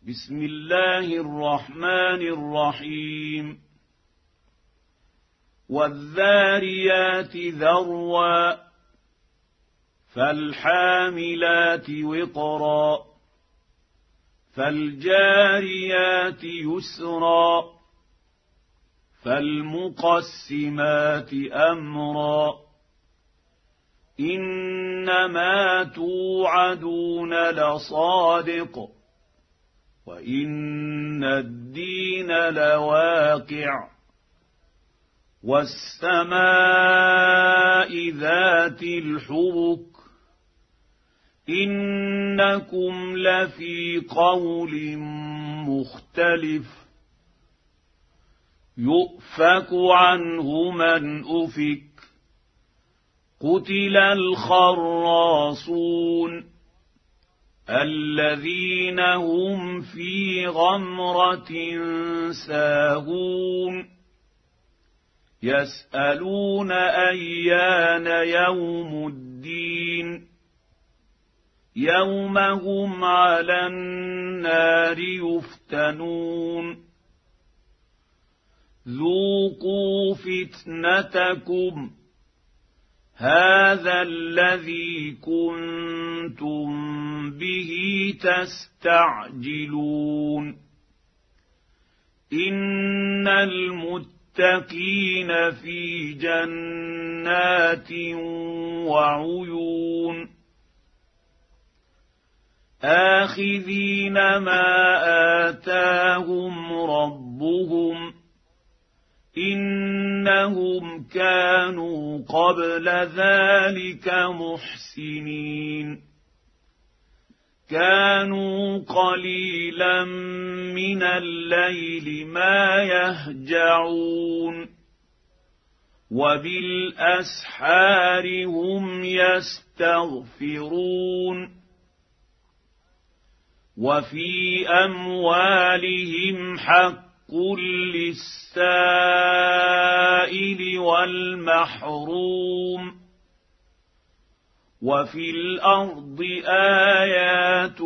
بسم الله الرحمن الرحيم والذاريات ذروا فالحاملات وقرا فالجاريات يسرا فالمقسمات أمرا إنما توعدون لصادق وإن الدين لواقع والسماء ذات الحبك إنكم لفي قول مختلف يؤفك عنه من أفك قتل الخراصون الذين هم في غمرة ساهون يسألون أيان يوم الدين يوم هم على النار يفتنون ذوقوا فتنتكم هذا الذي كنتم به تستعجلون إن المتقين في جنات وعيون آخذين ما آتاهم ربهم إنهم كانوا قبل ذلك محسنين كانوا قليلا من الليل ما يهجعون وبالأسحار هم يستغفرون وفي أموالهم حق للسائل والمحروم وفي الأرض آيات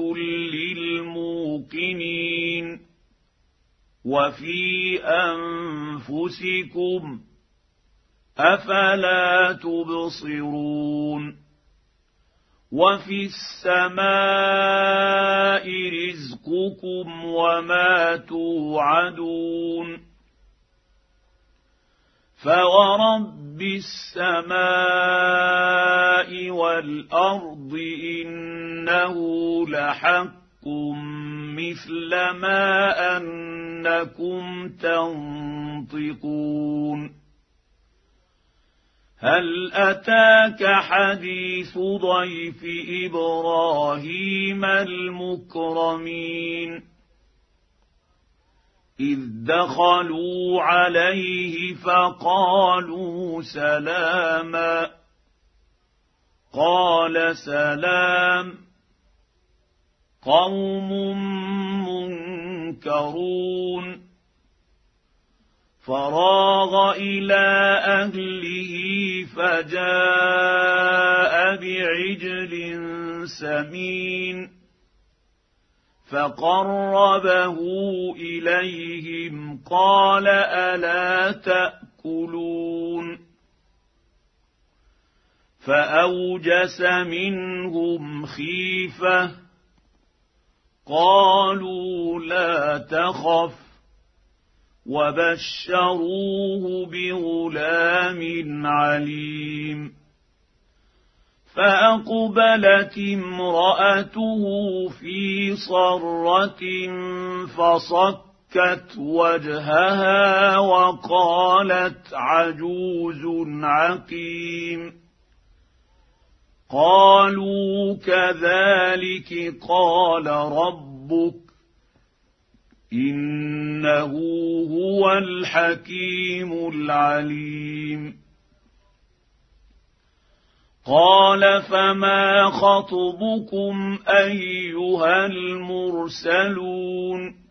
للموقنين وفي أنفسكم أفلا تبصرون وفي السماء رزقكم وما توعدون فورب السماء والأرض إنه لحق مثل ما أنكم تنطقون هل أتاك حديث ضيف إبراهيم المكرمين إذ دخلوا عليه فقالوا سلاما قال سلام قوم منكرون فراغ إلى أهله فجاء بعجل سمين فقربه إليهم قال ألا تأكلون فأوجس منهم خيفة قالوا لا تخف وبشروه بغلام عليم فأقبلت امرأته في صرة فصكت وجهها وقالت عجوز عقيم قالوا كذلك قال ربك إنه هو الحكيم العليم قال فما خطبكم أيها المرسلون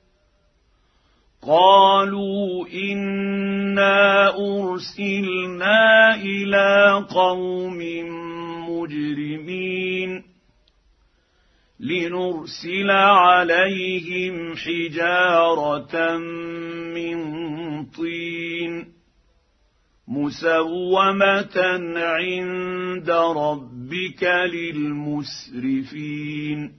قالوا إنا أرسلنا إلى قوم مجرمين لنرسل عليهم حجارة من طين مسومة عند ربك للمسرفين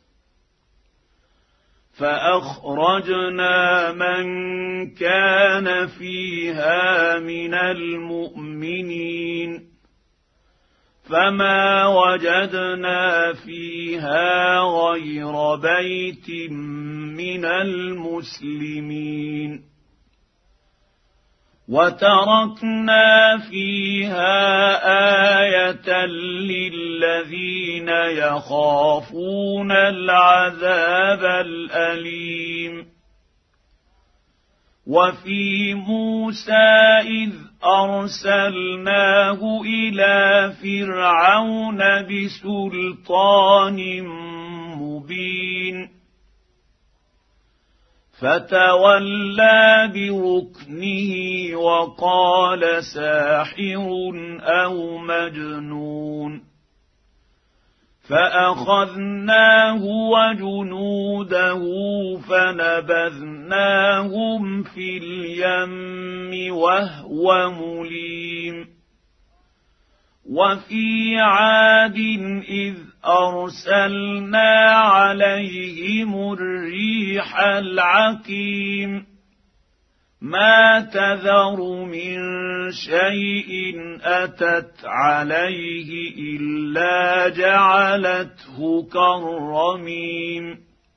فأخرجنا من كان فيها من المؤمنين فما وجدنا فيها غير بيت من المسلمين وتركنا فيها آية للذين يخافون العذاب الأليم وفي موسى إذ أرسلناه إلى فرعون بسلطان مبين فتولى بركنه وقال ساحر أو مجنون فأخذناه وجنوده فنبذناهم في اليم وهو مليم وفي عاد إذ أرسلنا عليهم الريح العقيم ما تذر من شيء أتت عليه إلا جعلته كالرميم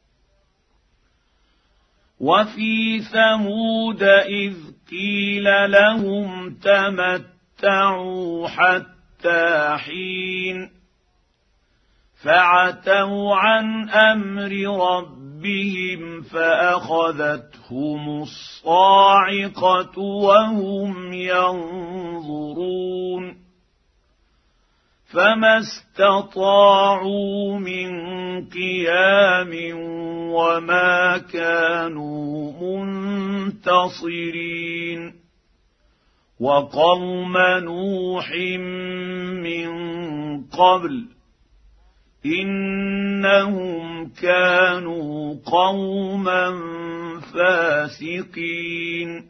وفي ثمود إذ قيل لهم تمتعوا حتى حين فعتوا عن أمر ربهم فأخذتهم الصاعقة وهم ينظرون فما استطاعوا من قيام وما كانوا منتصرين وقوم نوح من قبل إنهم كانوا قوما فاسقين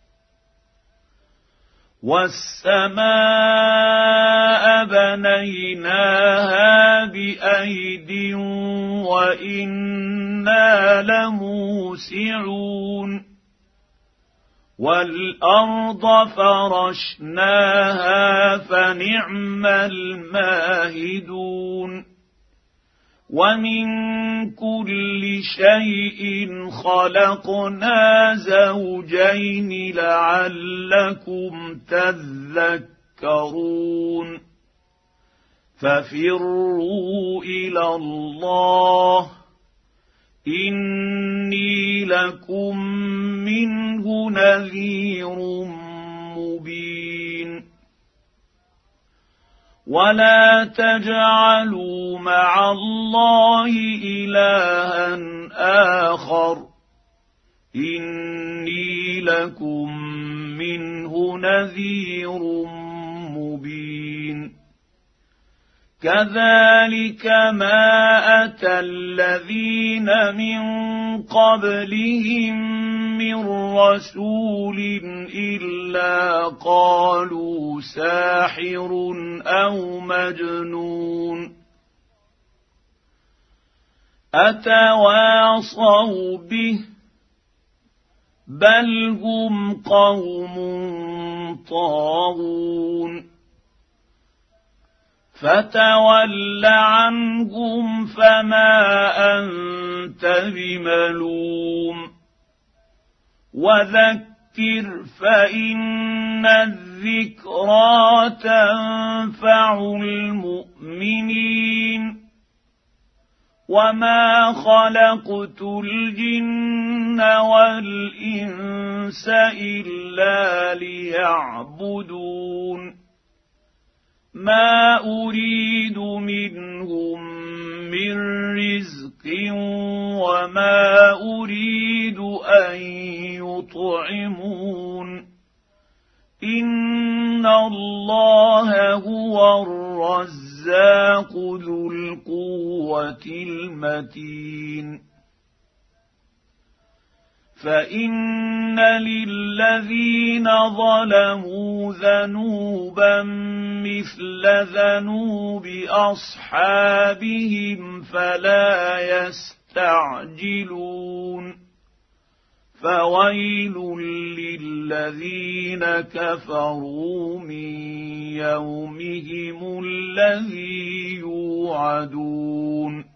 والسماء بنيناها بأيد وإنا لموسعون والأرض فرشناها فنعم الماهدون ومن كل شيء خلقنا زوجين لعلكم تذكرون ففروا إلى الله إني لكم منه نذير مبين ولا تجعلوا مع الله إلها آخر إني لكم منه نذير مبين كذلك ما أتى الذين من قبلهم من رسول إلا قالوا ساحر أو مجنون أتواصوا به بل هم قوم طاغون فتول عنهم فما أنت بملوم وذكر فإن الذكرى تنفع المؤمنين وما خلقت الجن والإنس إلا ليعبدون ما أريد منهم من رزق وما أريد أن يطعمون إن الله هو الرزاق الرزاق ذو القوة المتين فإن للذين ظلموا ذنوبا مثل ذنوب أصحابهم فلا يستعجلون فويل للذين كفروا من يومهم الذي يوعدون